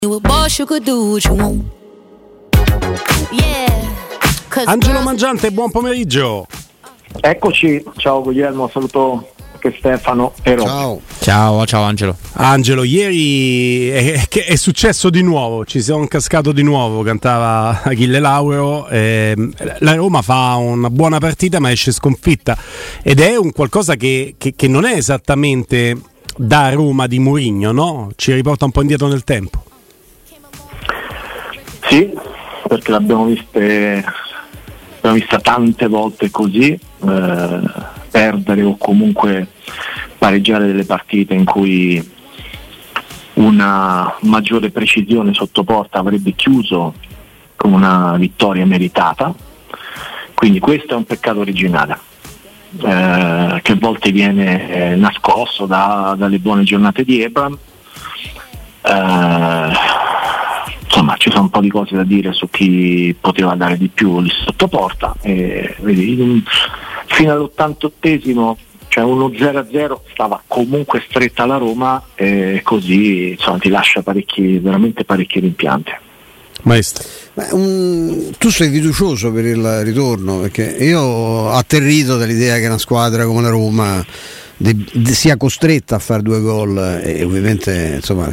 Angelo Mangiante, buon pomeriggio. Eccoci, ciao Guglielmo, saluto anche Stefano e Rob. Ciao Angelo. Angelo, ieri è successo di nuovo, ci siamo cascato di nuovo, cantava Achille Lauro, la Roma fa una buona partita ma esce sconfitta ed è un qualcosa che non è esattamente da Roma di Mourinho, no? Ci riporta un po' indietro nel tempo. Sì, perché l'abbiamo vista tante volte così, perdere o comunque pareggiare delle partite in cui una maggiore precisione sotto porta avrebbe chiuso con una vittoria meritata, quindi questo è un peccato originale che a volte viene nascosto dalle buone giornate di Abraham. Insomma, ci sono un po' di cose da dire su chi poteva dare di più lì sotto porta, vedi, fino all'88esimo, cioè uno 0-0, stava comunque stretta la Roma e così insomma ti lascia veramente parecchi rimpianti. Maestro, tu sei fiducioso per il ritorno? Perché io ho atterrito dall'idea che una squadra come la Roma sia costretta a fare 2 gol e ovviamente insomma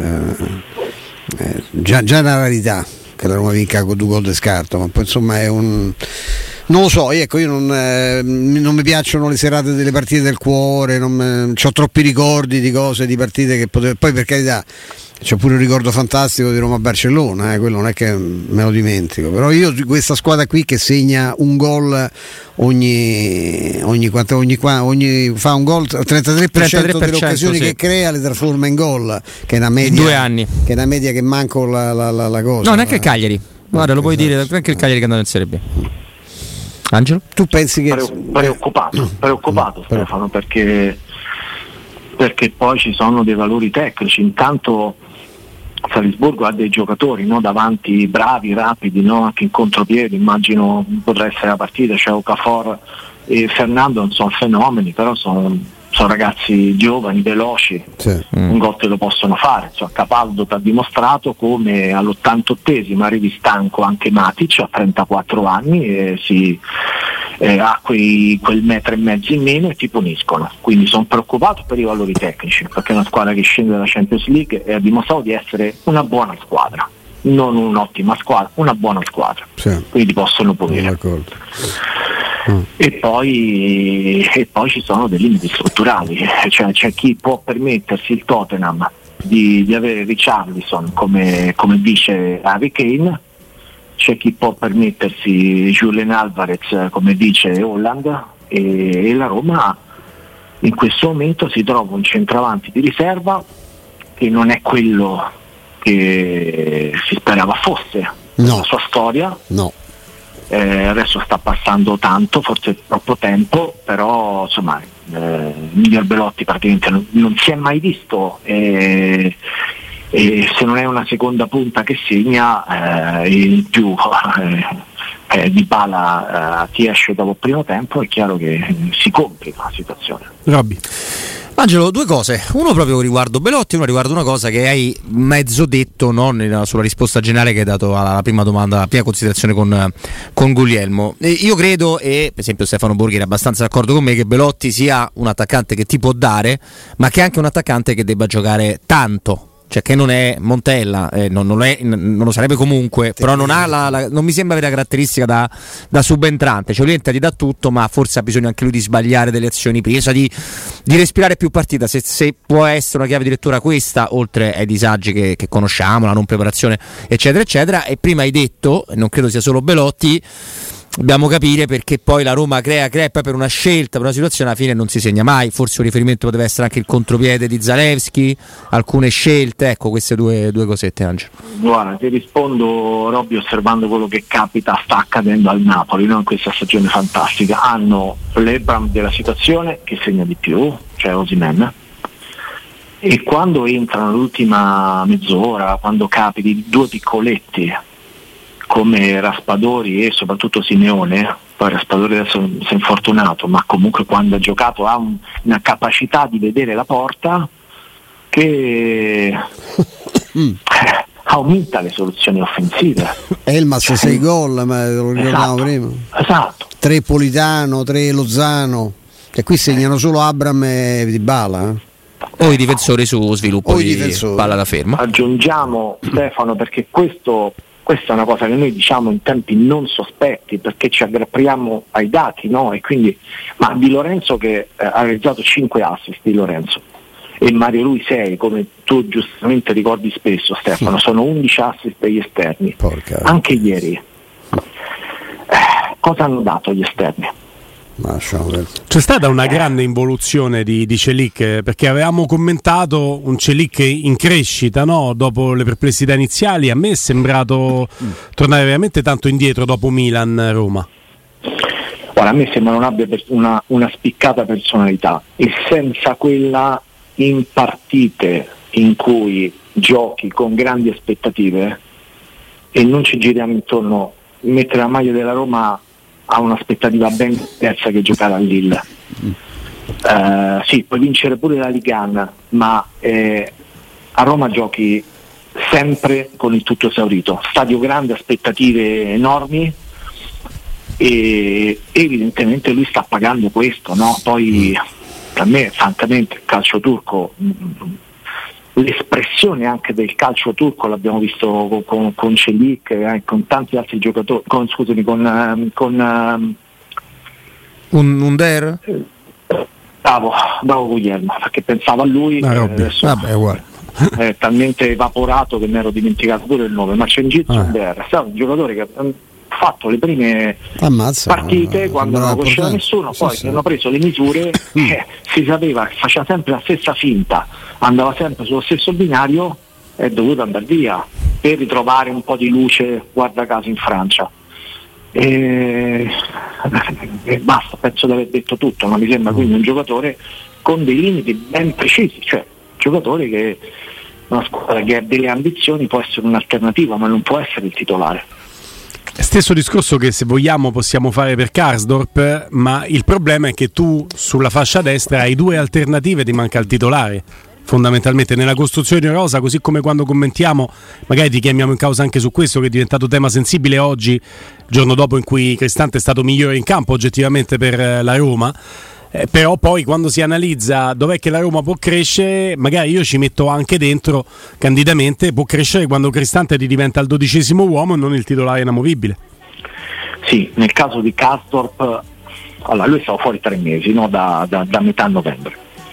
già una rarità che la Roma vinca con 2 gol di scarto, ma poi insomma è un... Non lo so, ecco, io non mi piacciono le serate delle partite del cuore, c'ho troppi ricordi di cose, di partite che poi per carità c'è pure un ricordo fantastico di Roma-Barcellona, quello non è che me lo dimentico, però io questa squadra qui che segna un gol ogni fa un gol, 33% delle occasioni sì, che crea le trasforma in gol, che è una media, in 2 anni, che è una media che manco la cosa. No, neanche il Cagliari, guarda, lo puoi dire, neanche il Cagliari che è andato in Serie B. Angelo? Tu pensi che preoccupato Stefano, perché poi ci sono dei valori tecnici. Intanto Salisburgo ha dei giocatori, no, davanti bravi, rapidi, no, anche in contropiede, immagino potrà essere la partita, c'è Okafor e Fernando, non sono fenomeni, però sono ragazzi giovani, veloci, sì. Un gol te lo possono fare. Cioè, Capaldo ti ha dimostrato come all'88esimo arrivi stanco anche Matic a 34 anni e ha quel metro e mezzo in meno e ti puniscono. Quindi sono preoccupato per i valori tecnici, perché è una squadra che scende dalla Champions League e ha dimostrato di essere una buona squadra, non un'ottima squadra, una buona squadra, sì. Quindi possono punire. E poi ci sono dei limiti strutturali, cioè c'è chi può permettersi, il Tottenham, di avere Richarlison come vice Harry Kane, c'è chi può permettersi Julian Alvarez come vice Holland e la Roma in questo momento si trova un centravanti di riserva che non è quello che si sperava fosse la sua storia. No. Adesso sta passando tanto, forse troppo tempo, però insomma miglior Belotti praticamente non si è mai visto e se non è una seconda punta che segna in più Dybala ti esce dopo il primo tempo, è chiaro che si complica la situazione. Robby. Angelo, 2 cose, uno proprio riguardo Belotti, uno riguardo una cosa che hai mezzo detto, no, sulla risposta generale che hai dato alla prima domanda, alla prima considerazione con Guglielmo. Io credo, e per esempio Stefano Borghi era abbastanza d'accordo con me, che Belotti sia un attaccante che ti può dare, ma che è anche un attaccante che debba giocare tanto. Cioè che non è Montella, non lo sarebbe comunque, però non ha non mi sembra avere la caratteristica da subentrante. Cioè lui ti dà tutto, ma forse ha bisogno anche lui di sbagliare delle azioni prese, di respirare più partita. Se può essere una chiave di lettura questa, oltre ai disagi che conosciamo, la non preparazione eccetera eccetera. E prima hai detto, non credo sia solo Belotti, dobbiamo capire perché poi la Roma crea e poi per una scelta, per una situazione alla fine non si segna mai. Forse un riferimento poteva essere anche il contropiede di Zalewski, alcune scelte, ecco queste due cosette. Angelo, guarda, ti rispondo Robby osservando quello che sta accadendo al Napoli, no? In questa stagione fantastica hanno l'Ebram della situazione che segna di più, cioè Osimhen, e quando entrano l'ultima mezz'ora, quando capiti 2 piccoletti come Raspadori e soprattutto Simeone, poi Raspadori adesso si è infortunato, ma comunque quando ha giocato ha una capacità di vedere la porta che aumenta le soluzioni offensive. Elmas 6 gol, ma lo ricordavamo prima. Esatto. 3 Politano, 3 Lozano, e qui segnano solo Abram e Dybala. O i difensori su sviluppo di palla da ferma. Aggiungiamo, Stefano, perché questa è una cosa che noi diciamo in tempi non sospetti, perché ci aggrappiamo ai dati, no? E quindi, ma Di Lorenzo che ha realizzato 5 assist di Lorenzo e Mario Rui 6, come tu giustamente ricordi spesso, Stefano, sono 11 assist degli esterni. Porca. Anche ieri cosa hanno dato gli esterni? C'è stata una grande involuzione di Celik, perché avevamo commentato un Celik in crescita, no? Dopo le perplessità iniziali. A me è sembrato tornare veramente tanto indietro dopo Milan-Roma. Ora, a me sembra non abbia una spiccata personalità, e senza quella, in partite in cui giochi con grandi aspettative e non ci giriamo intorno, mettere la maglia della Roma ha un'aspettativa ben diversa che giocare a Lille. Sì, puoi vincere pure la Ligue 1, ma a Roma giochi sempre con il tutto esaurito, stadio grande, aspettative enormi, e evidentemente lui sta pagando questo, no? Poi per me francamente il calcio turco, l'espressione anche del calcio turco l'abbiamo visto con Celik, con tanti altri giocatori, con Under? Bravo Guglielmo, perché pensavo a lui, adesso è talmente evaporato che mi ero dimenticato pure il nome, ma Cengiz Under è stato un giocatore che ha fatto le prime partite quando non lo conosceva nessuno, poi hanno preso le misure, si sapeva che faceva sempre la stessa finta, andava sempre sullo stesso binario, è dovuto andare via per ritrovare un po' di luce, guarda caso, in Francia. E basta, penso di aver detto tutto, ma mi sembra quindi un giocatore con dei limiti ben precisi, cioè un giocatore che una squadra che ha delle ambizioni può essere un'alternativa, ma non può essere il titolare. Stesso discorso che, se vogliamo, possiamo fare per Karsdorp, ma il problema è che tu sulla fascia destra hai 2 alternative, ti manca il titolare. Fondamentalmente nella costruzione di rosa, così come quando commentiamo, magari ti chiamiamo in causa anche su questo, che è diventato tema sensibile oggi, giorno dopo in cui Cristante è stato migliore in campo oggettivamente per la Roma. Però poi quando si analizza dov'è che la Roma può crescere, magari io ci metto anche dentro candidamente, può crescere quando Cristante diventa il 12° uomo e non il titolare inamovibile. Sì, nel caso di Karsdorp, allora lui stava fuori 3 mesi, no? da metà novembre.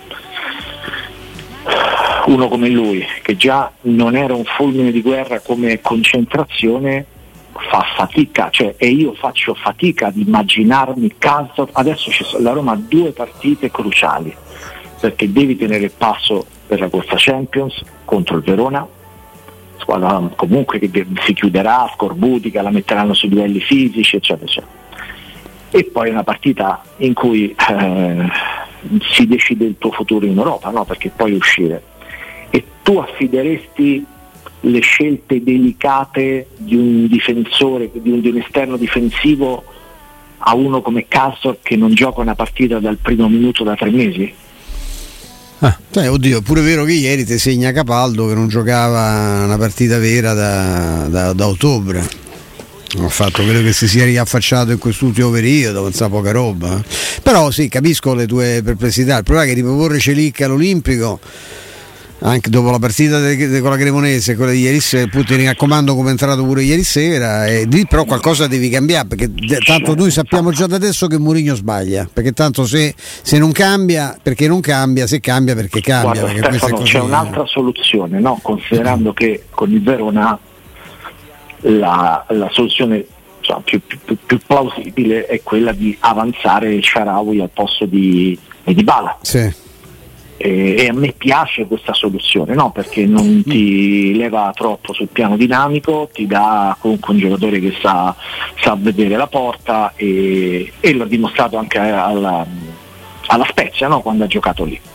Uno come lui, che già non era un fulmine di guerra come concentrazione, fa fatica, cioè, e io faccio fatica ad immaginarmi Karsdorp. Adesso la Roma ha 2 partite cruciali, perché devi tenere il passo per la corsa Champions contro il Verona, squadra comunque che si chiuderà, scorbutica, la metteranno sui livelli fisici, eccetera eccetera, e poi una partita in cui si decide il tuo futuro in Europa, no? Perché puoi uscire, e tu affideresti le scelte delicate di un difensore, di un esterno difensivo, a uno come Karsdorp che non gioca una partita dal primo minuto da 3 mesi? Oddio, è pure vero che ieri ti segna Capaldo, che non giocava una partita vera da ottobre. Ho fatto quello che si sia riaffacciato in quest'ultimo periodo, non sa poca roba. Però sì, capisco le tue perplessità. Il problema è che riproporre Celik all'Olimpico, anche dopo la partita con la Cremonese, quella di ieri sera, ti raccomando come è entrato pure ieri sera, e lì però qualcosa devi cambiare, perché tanto noi sappiamo già da adesso che Mourinho sbaglia, perché tanto se non cambia perché non cambia, se cambia perché cambia. Guarda, perché Stefano, c'è un'altra soluzione, no? Considerando che con il Verona la soluzione, cioè, più plausibile è quella di avanzare il Shaarawy al posto di Dybala. Sì. E a me piace questa soluzione, no? Perché non ti leva troppo sul piano dinamico, ti dà comunque un giocatore che sa vedere la porta, e l'ha dimostrato anche alla Spezia, no? Quando ha giocato lì.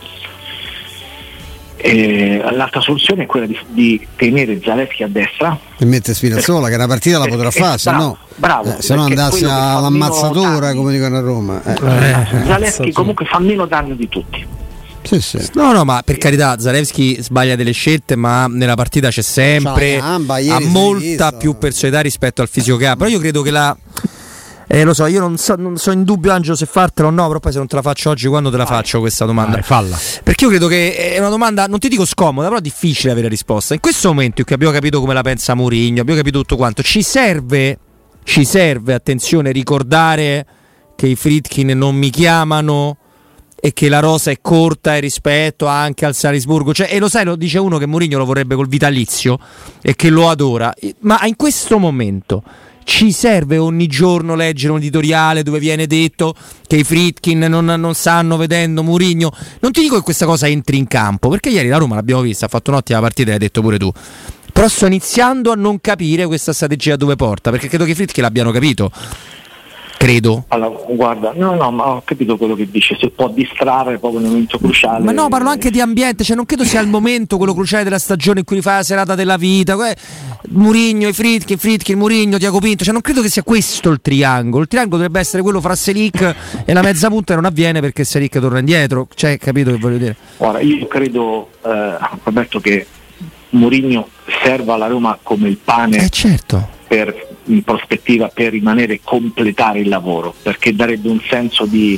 L'altra soluzione è quella di tenere Zalewski a destra e mette Spinazzola, che una partita la potrà fare, se no andasse all'ammazzatura, come dicono a Roma. Zalewski comunque fa meno danni di tutti, Sì. No, ma per carità, Zalewski sbaglia delle scelte, ma nella partita c'è sempre, ha molta più personalità rispetto al fisico che ha. Però io credo che lo so, io non so in dubbio, Angelo, se fartela o no, però poi se non te la faccio oggi, quando te la faccio questa domanda? Falla. Perché io credo che è una domanda, non ti dico scomoda, però difficile avere risposta. In questo momento, che abbiamo capito come la pensa Mourinho, abbiamo capito tutto quanto, ci serve, attenzione, ricordare che i Friedkin non mi chiamano e che la rosa è corta e rispetto anche al Salisburgo, cioè, e lo sai, lo dice uno che Mourinho lo vorrebbe col vitalizio e che lo adora, ma in questo momento ci serve ogni giorno leggere un editoriale dove viene detto che i Friedkin non stanno vedendo Mourinho? Non ti dico che questa cosa entri in campo, perché ieri la Roma l'abbiamo vista, ha fatto un'ottima partita, l'hai detto pure tu, però sto iniziando a non capire questa strategia dove porta, perché credo che i Friedkin l'abbiano capito. Credo. Allora, guarda, no, ma ho capito quello che dice, se può distrarre proprio nel momento cruciale. Ma no, parlo anche di ambiente, cioè non credo sia il momento quello cruciale della stagione in cui fai la serata della vita. Mourinho, i Friedkin, Mourinho, Tiago Pinto, cioè non credo che sia questo il triangolo. Il triangolo dovrebbe essere quello fra Selic e la mezza punta, e non avviene perché Selic torna indietro. Cioè, capito che voglio dire? Guarda, io credo, Roberto, che Mourinho serva alla Roma come il pane. Certo. In prospettiva, per rimanere e completare il lavoro, perché darebbe un senso di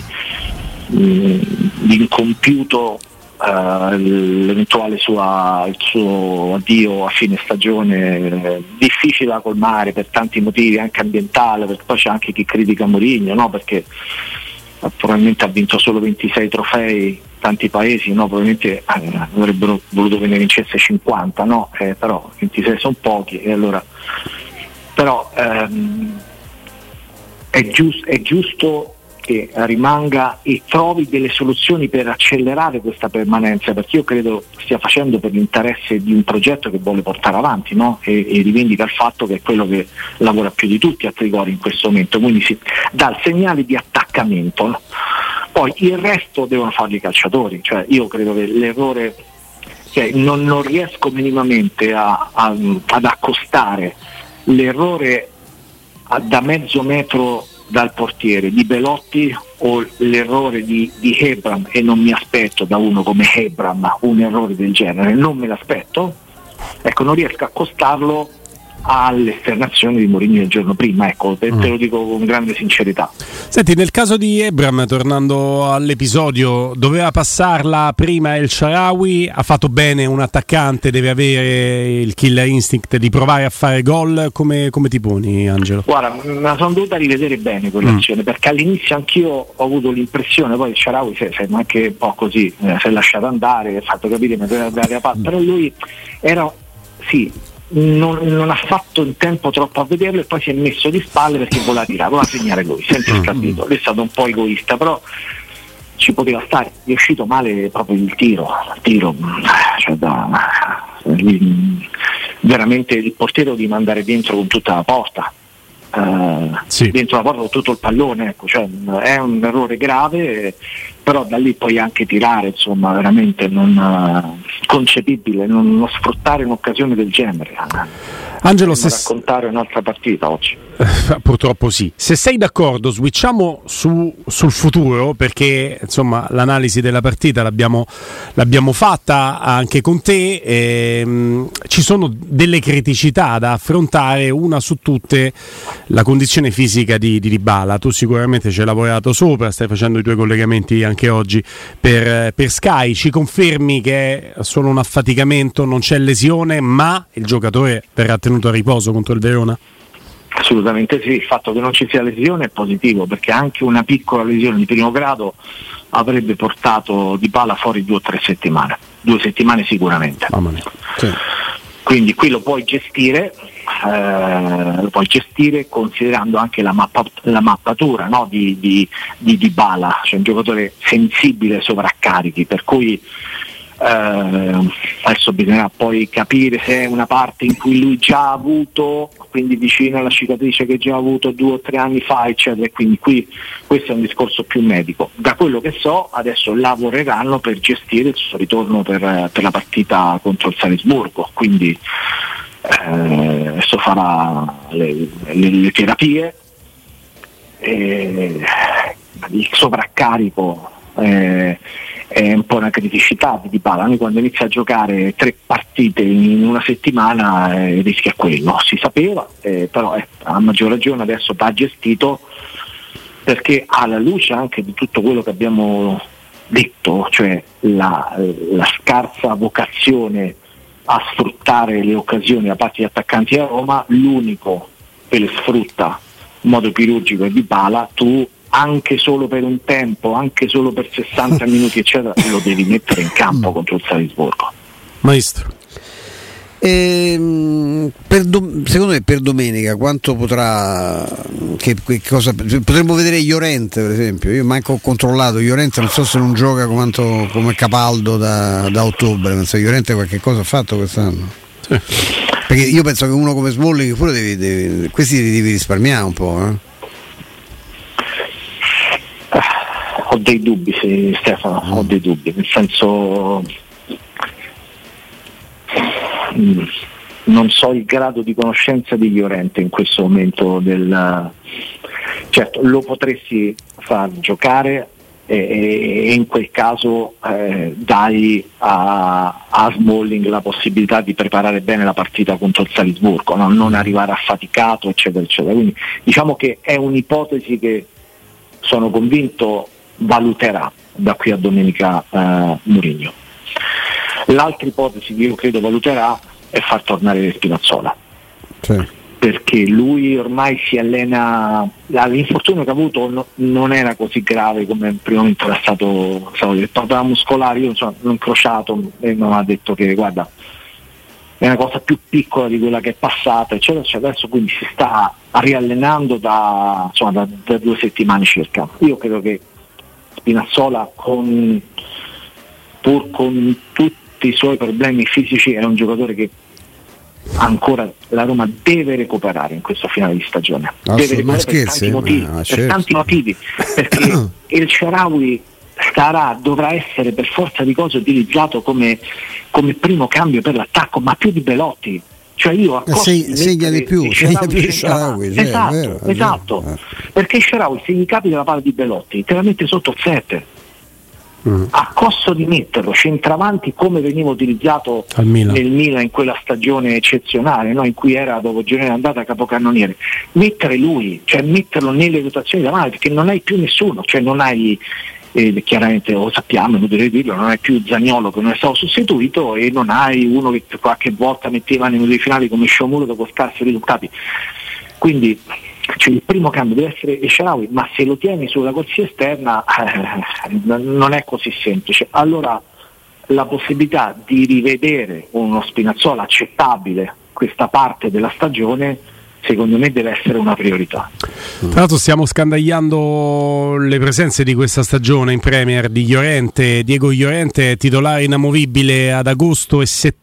incompiuto l'eventuale il suo addio a fine stagione, difficile da colmare per tanti motivi, anche ambientale, perché poi c'è anche chi critica Mourinho, no? Perché probabilmente ha vinto solo 26 trofei, tanti paesi, no? Probabilmente avrebbero voluto che ne vincesse 50, no? Però 26 sono pochi, e allora però è giusto che rimanga e trovi delle soluzioni per accelerare questa permanenza, perché io credo stia facendo per l'interesse di un progetto che vuole portare avanti, no? e rivendica il fatto che è quello che lavora più di tutti a Trigori in questo momento, quindi si dà il segnale di attaccamento, no? Poi il resto devono farli i calciatori, cioè io credo che l'errore, cioè non riesco minimamente ad accostare l'errore da mezzo metro dal portiere di Belotti o l'errore di Hebram, e non mi aspetto da uno come Hebram un errore del genere, non me l'aspetto, ecco, non riesco a accostarlo alle esternazioni di Mourinho il giorno prima, ecco, te lo dico con grande sincerità. Senti, nel caso di Ebram, tornando all'episodio, doveva passarla prima El Shaarawy, ha fatto bene un attaccante, deve avere il killer instinct di provare a fare gol, come ti poni, Angelo? Guarda, me la sono dovuta rivedere bene quell'azione, perché all'inizio anch'io ho avuto l'impressione, poi El Shaarawy si è anche un po' così, si è lasciato andare, ha fatto capire che doveva dare la palla, però lui era, non ha fatto in tempo troppo a vederlo e poi si è messo di spalle perché voleva tirare, voleva segnare lui, sempre scandito. Lui è stato un po' egoista, però ci poteva stare, è uscito male proprio il tiro, cioè veramente il portiere lo devi mandare dentro con tutta la porta, dentro la porta con tutto il pallone, ecco, cioè, è un errore grave, però da lì puoi anche tirare, insomma, veramente non concepibile non sfruttare un'occasione del genere. Angelo, raccontare un'altra partita oggi. Purtroppo sì. Se sei d'accordo, switchiamo sul futuro, perché insomma l'analisi della partita l'abbiamo fatta anche con te. Ci sono delle criticità da affrontare, una su tutte la condizione fisica di Dybala. Tu sicuramente ci hai lavorato sopra, stai facendo i tuoi collegamenti anche oggi per Sky. Ci confermi che è solo un affaticamento, non c'è lesione, ma il giocatore verrà tenuto a riposo contro il Verona? Assolutamente sì, il fatto che non ci sia lesione è positivo, perché anche una piccola lesione di primo grado avrebbe portato Dybala fuori 2 o 3 settimane, 2 settimane sicuramente. Sì. Quindi qui lo puoi gestire considerando anche la mappatura, no? di Dybala, cioè un giocatore sensibile ai sovraccarichi, per cui adesso bisognerà poi capire se è una parte in cui lui già ha avuto, quindi vicino alla cicatrice che già ha avuto 2 o 3 anni fa, eccetera, e quindi qui questo è un discorso più medico. Da quello che so adesso lavoreranno per gestire il suo ritorno per la partita contro il Salisburgo, quindi adesso farà le terapie, il sovraccarico è è un po' una criticità di Dybala. Noi quando inizia a giocare 3 partite in una settimana rischia quello, si sapeva, però a maggior ragione adesso va gestito, perché alla luce anche di tutto quello che abbiamo detto, cioè la scarsa vocazione a sfruttare le occasioni da parte di attaccanti a Roma, l'unico che le sfrutta in modo chirurgico è Dybala. Tu anche solo per un tempo, anche solo per 60 minuti eccetera, lo devi mettere in campo contro il Salisburgo. Maestro, secondo me per domenica quanto potrà, che cosa potremmo vedere Llorente per esempio? Io manco ho controllato Llorente, non so se non gioca come Capaldo da ottobre, penso che Llorente qualche cosa ha fatto quest'anno, sì. Perché io penso che uno come Smalling pure questi li devi risparmiare un po', Ho dei dubbi, sì, Stefano, ho dei dubbi, nel senso non so il grado di conoscenza di Llorente in questo momento certo lo potresti far giocare e in quel caso dai a Smalling la possibilità di preparare bene la partita contro il Salisburgo, no? Non arrivare affaticato eccetera eccetera, quindi diciamo che è un'ipotesi che sono convinto valuterà da qui a domenica Mourinho. L'altra ipotesi che io credo valuterà è far tornare Spinazzola, sì. Perché lui ormai si allena, l'infortunio che ha avuto non era così grave come in primo momento era stato detto, muscolare, io l'ho incrociato e mi ha detto che guarda è una cosa più piccola di quella che è passata eccetera, adesso quindi si sta riallenando da 2 settimane circa. Io credo che Spinazzola pur con tutti i suoi problemi fisici è un giocatore che ancora la Roma deve recuperare in questo finale di stagione, deve recuperare per tanti motivi, perché El Shaarawy dovrà essere per forza di cose utilizzato come primo cambio per l'attacco, ma più di Belotti, cioè io segna di più Shaarawy, esatto. Perché Shaarawy se gli capita la palla di Belotti te la mette sotto il 7 a costo di metterlo centravanti come veniva utilizzato nel Milan in quella stagione eccezionale, no? In cui era dopo girone andata capocannoniere, mettere lui, cioè metterlo nelle rotazioni davanti, perché non hai più nessuno, cioè non hai chiaramente lo sappiamo, non devo dirlo, non hai più Zaniolo che non è stato sostituito e non hai uno che qualche volta metteva nei minuti finali come Sciomuro dopo scarsi risultati, quindi il primo cambio deve essere El Shaarawy, ma se lo tieni sulla corsia esterna non è così semplice. Allora la possibilità di rivedere uno Spinazzola accettabile questa parte della stagione secondo me deve essere una priorità. Tra l'altro stiamo scandagliando le presenze di questa stagione in Premier di Llorente. Diego Llorente è titolare inamovibile ad agosto e settembre,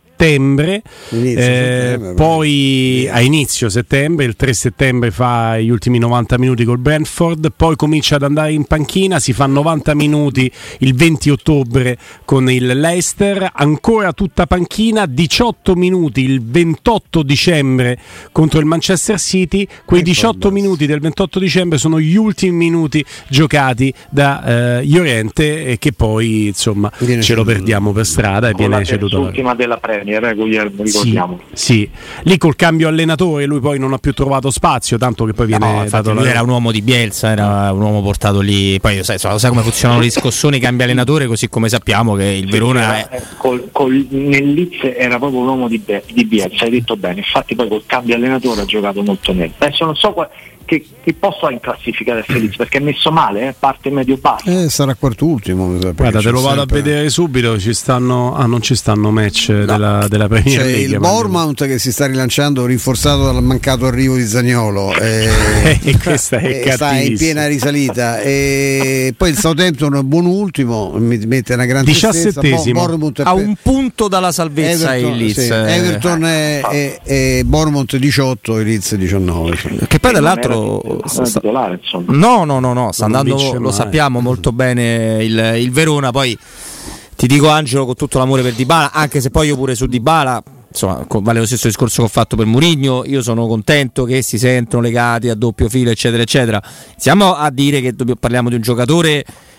poi a inizio settembre, il 3 settembre fa gli ultimi 90 minuti col Brentford, poi comincia ad andare in panchina, si fa 90 minuti il 20 ottobre con il Leicester, ancora tutta panchina, 18 minuti il 28 dicembre contro il Manchester City. Quei 18 minuti del 28 dicembre sono gli ultimi minuti giocati da Llorente, che poi insomma ce lo perdiamo per strada e viene ceduto l'ultima della Premier, Guglielmo, ricordiamo. Sì, lì col cambio allenatore lui poi non ha più trovato spazio, tanto che poi viene dato lui era un uomo di Bielsa, era un uomo portato lì, poi sai come funzionano gli scossoni, cambia allenatore, così come sappiamo che il Verona nel Leeds era proprio un uomo di Bielsa, hai detto bene, infatti poi col cambio allenatore ha giocato molto meglio. Adesso non so che posso in classifica del Felice, perché è messo male, parte medio-basso. Sarà quart'ultimo. Guarda, te lo vado a vedere subito, non ci stanno match della Premier League. C'è il Bournemouth che si sta rilanciando, rinforzato dal mancato arrivo di Zaniolo, questa è sta in piena risalita, e poi il Southampton è buon ultimo, mi mette una grande 17esimo, a un punto dalla salvezza il Leeds. Sì. Everton e Bournemouth 18 e Leeds 19. Che poi dall'altro no, sta andando, lo sappiamo molto bene il Verona. Poi ti dico, Angelo, con tutto l'amore per Dybala, anche se poi io pure su Dybala, insomma, vale lo stesso discorso che ho fatto per Mourinho, io sono contento che si sentono legati a doppio filo eccetera eccetera. Siamo a dire che parliamo di un giocatore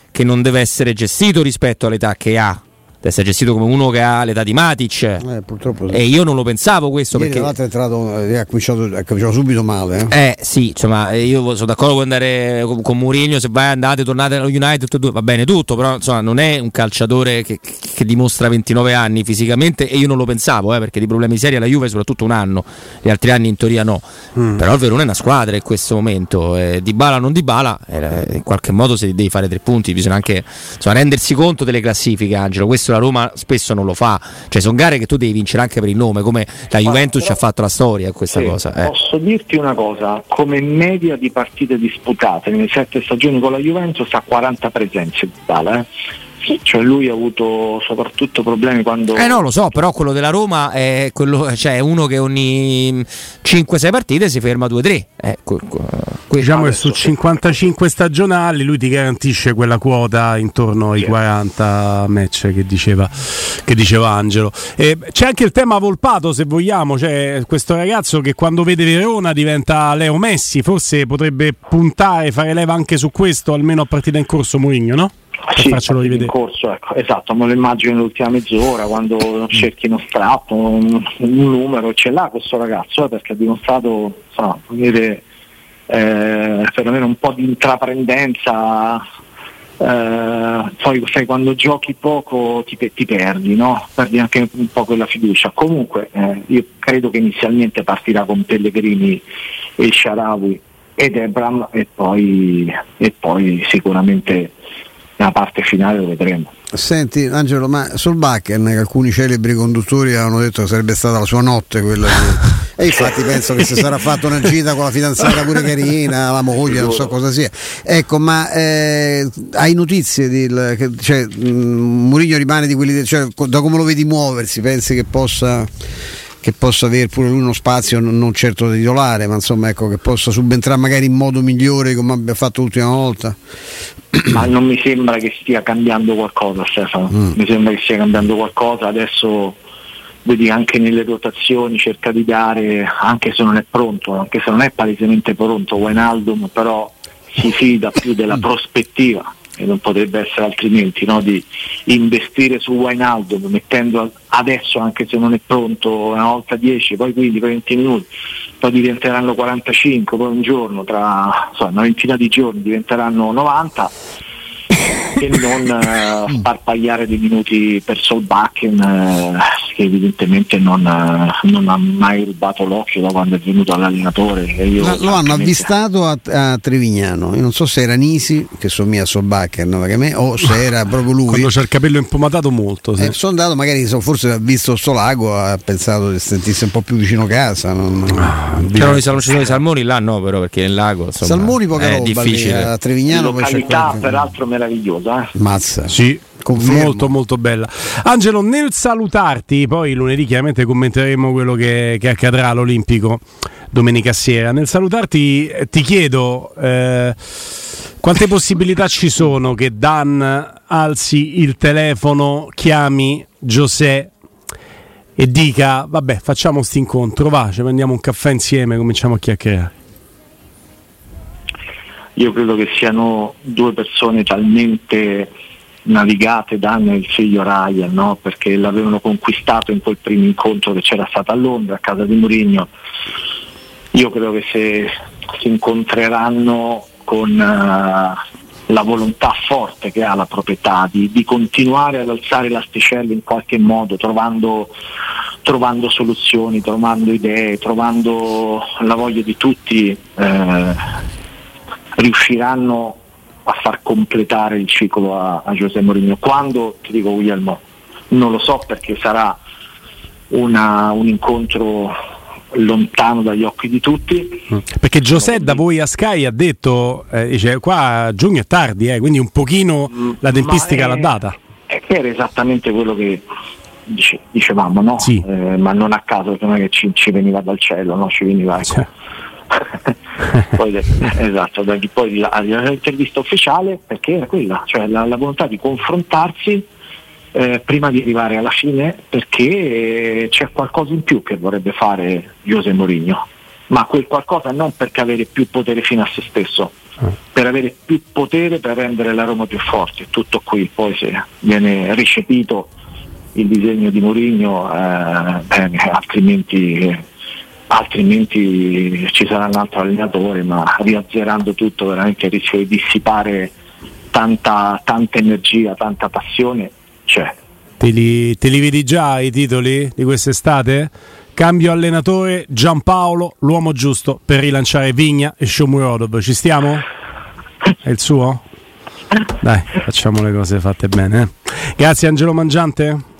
che non deve essere gestito rispetto all'età che ha. Deve essere gestito come uno che ha l'età di Matic, purtroppo sì. E io non lo pensavo questo. Ieri perché l'altro è entrato, ha cominciato subito male. Sì, insomma, io sono d'accordo con andare con Mourinho, se andate, tornate allo United, va bene tutto, però insomma non è un calciatore che dimostra 29 anni fisicamente, e io non lo pensavo, perché di problemi seri alla Juve soprattutto un anno, gli altri anni in teoria no. Però il Verona è una squadra in questo momento, Dybala non Dybala, in qualche modo se devi fare 3 punti bisogna anche rendersi conto delle classifiche, Angelo. Questo la Roma spesso non lo fa, cioè sono gare che tu devi vincere anche per il nome, come la Juventus ci ha fatto la storia questa cosa. Posso dirti una cosa, come media di partite disputate nelle 7 stagioni con la Juventus ha 40 presenze totale, cioè lui ha avuto soprattutto problemi quando no, lo so, però quello della Roma è quello, cioè uno che ogni 5-6 partite si ferma 2-3. Diciamo che su 55 stagionali lui ti garantisce quella quota intorno ai 40 match che diceva Angelo. C'è anche il tema Volpato, se vogliamo, cioè questo ragazzo che quando vede Verona diventa Leo Messi, forse potrebbe puntare, fare leva anche su questo, almeno a partita in corso Mourinho, no? Sì, farcelo rivedere. In corso, ecco, esatto, me lo immagino nell'ultima mezz'ora quando cerchi uno strappo, un numero, ce l'ha questo ragazzo, perché ha dimostrato perlomeno un po' di intraprendenza. Poi sai, quando giochi poco ti perdi, no? Perdi anche un po' quella fiducia. Comunque io credo che inizialmente partirà con Pellegrini e Shaarawy ed Ebram e poi sicuramente nella parte finale lo vedremo. Senti Angelo, ma Solbakken, che alcuni celebri conduttori avevano detto che sarebbe stata la sua notte quella e infatti penso che si sarà fatto una gita con la fidanzata pure carina, la moglie, non so cosa sia. Ecco, ma hai notizie Mourinho rimane di quelli, cioè, da come lo vedi muoversi, pensi che possa avere pure lui uno spazio, non certo da titolare, ma insomma, ecco, che possa subentrare magari in modo migliore come abbia fatto l'ultima volta? Ma non mi sembra che stia cambiando qualcosa, Stefano. Mi sembra che stia cambiando qualcosa. Adesso vedi anche nelle rotazioni cerca di dare, anche se non è pronto, anche se non è palesemente pronto Wijnaldum, però si fida più della prospettiva, e non potrebbe essere altrimenti, no? Di investire su Wijnaldum, mettendo adesso, anche se non è pronto, una volta 10, poi 15, poi 20 minuti, poi diventeranno 45, poi un giorno, tra una ventina di giorni diventeranno 90, e non sparpagliare dei minuti per Solbakken, che evidentemente non ha mai rubato l'occhio da quando è venuto all'allenatore. Lo hanno avvistato a Trevignano, io non so se era Nisi che somiglia a Solbakken o se era proprio lui. Quando c'ha il capello impomatato molto, sì. Sono andato, magari forse ha visto sto lago, ha pensato di sentirsi un po' più vicino casa. Ci sono i salmoni là, no, però, perché nel lago insomma, salmoni poca roba difficile. A Trevignano località peraltro meravigliosa. Mazza. Sì, molto molto bella. Angelo, nel salutarti, poi lunedì chiaramente commenteremo quello che accadrà all'Olimpico domenica sera. Nel salutarti ti chiedo quante possibilità ci sono che Dan alzi il telefono, chiami José e dica vabbè, facciamo sti incontro, ci prendiamo un caffè insieme, cominciamo a chiacchierare. Io credo che siano due persone talmente navigate, Dan e il figlio Ryan, no? Perché l'avevano conquistato in quel primo incontro che c'era stato a Londra, a casa di Mourinho. Io credo che se si incontreranno con la volontà forte che ha la proprietà di continuare ad alzare l'asticella in qualche modo, trovando soluzioni, trovando idee, trovando la voglia di tutti, riusciranno a far completare il ciclo a José Mourinho. Quando, ti dico Guglielmo, non lo so, perché sarà un incontro lontano dagli occhi di tutti, perché José da voi a Sky ha detto dice qua a giugno è tardi, quindi un pochino la tempistica l'ha data. Era esattamente quello che dicevamo, no? Sì. Ma non a caso, perché non è che ci veniva dal cielo, no? Ci veniva, ecco. Poi, esatto, poi l'intervista ufficiale, perché era quella, cioè la volontà di confrontarsi prima di arrivare alla fine, perché c'è qualcosa in più che vorrebbe fare José Mourinho, ma quel qualcosa non perché avere più potere fino a se stesso, per avere più potere, per rendere la Roma più forte. Tutto qui. Poi se viene recepito il disegno di Mourinho, bene, altrimenti ci sarà un altro allenatore, ma riazzerando tutto veramente il rischio di dissipare tanta energia, tanta passione c'è. Te li vedi già i titoli di quest'estate? Cambio allenatore, Giampaolo, l'uomo giusto per rilanciare Vigna e Shomurodov. Ci stiamo? È il suo? Dai, facciamo le cose fatte bene. Grazie Angelo Mangiante.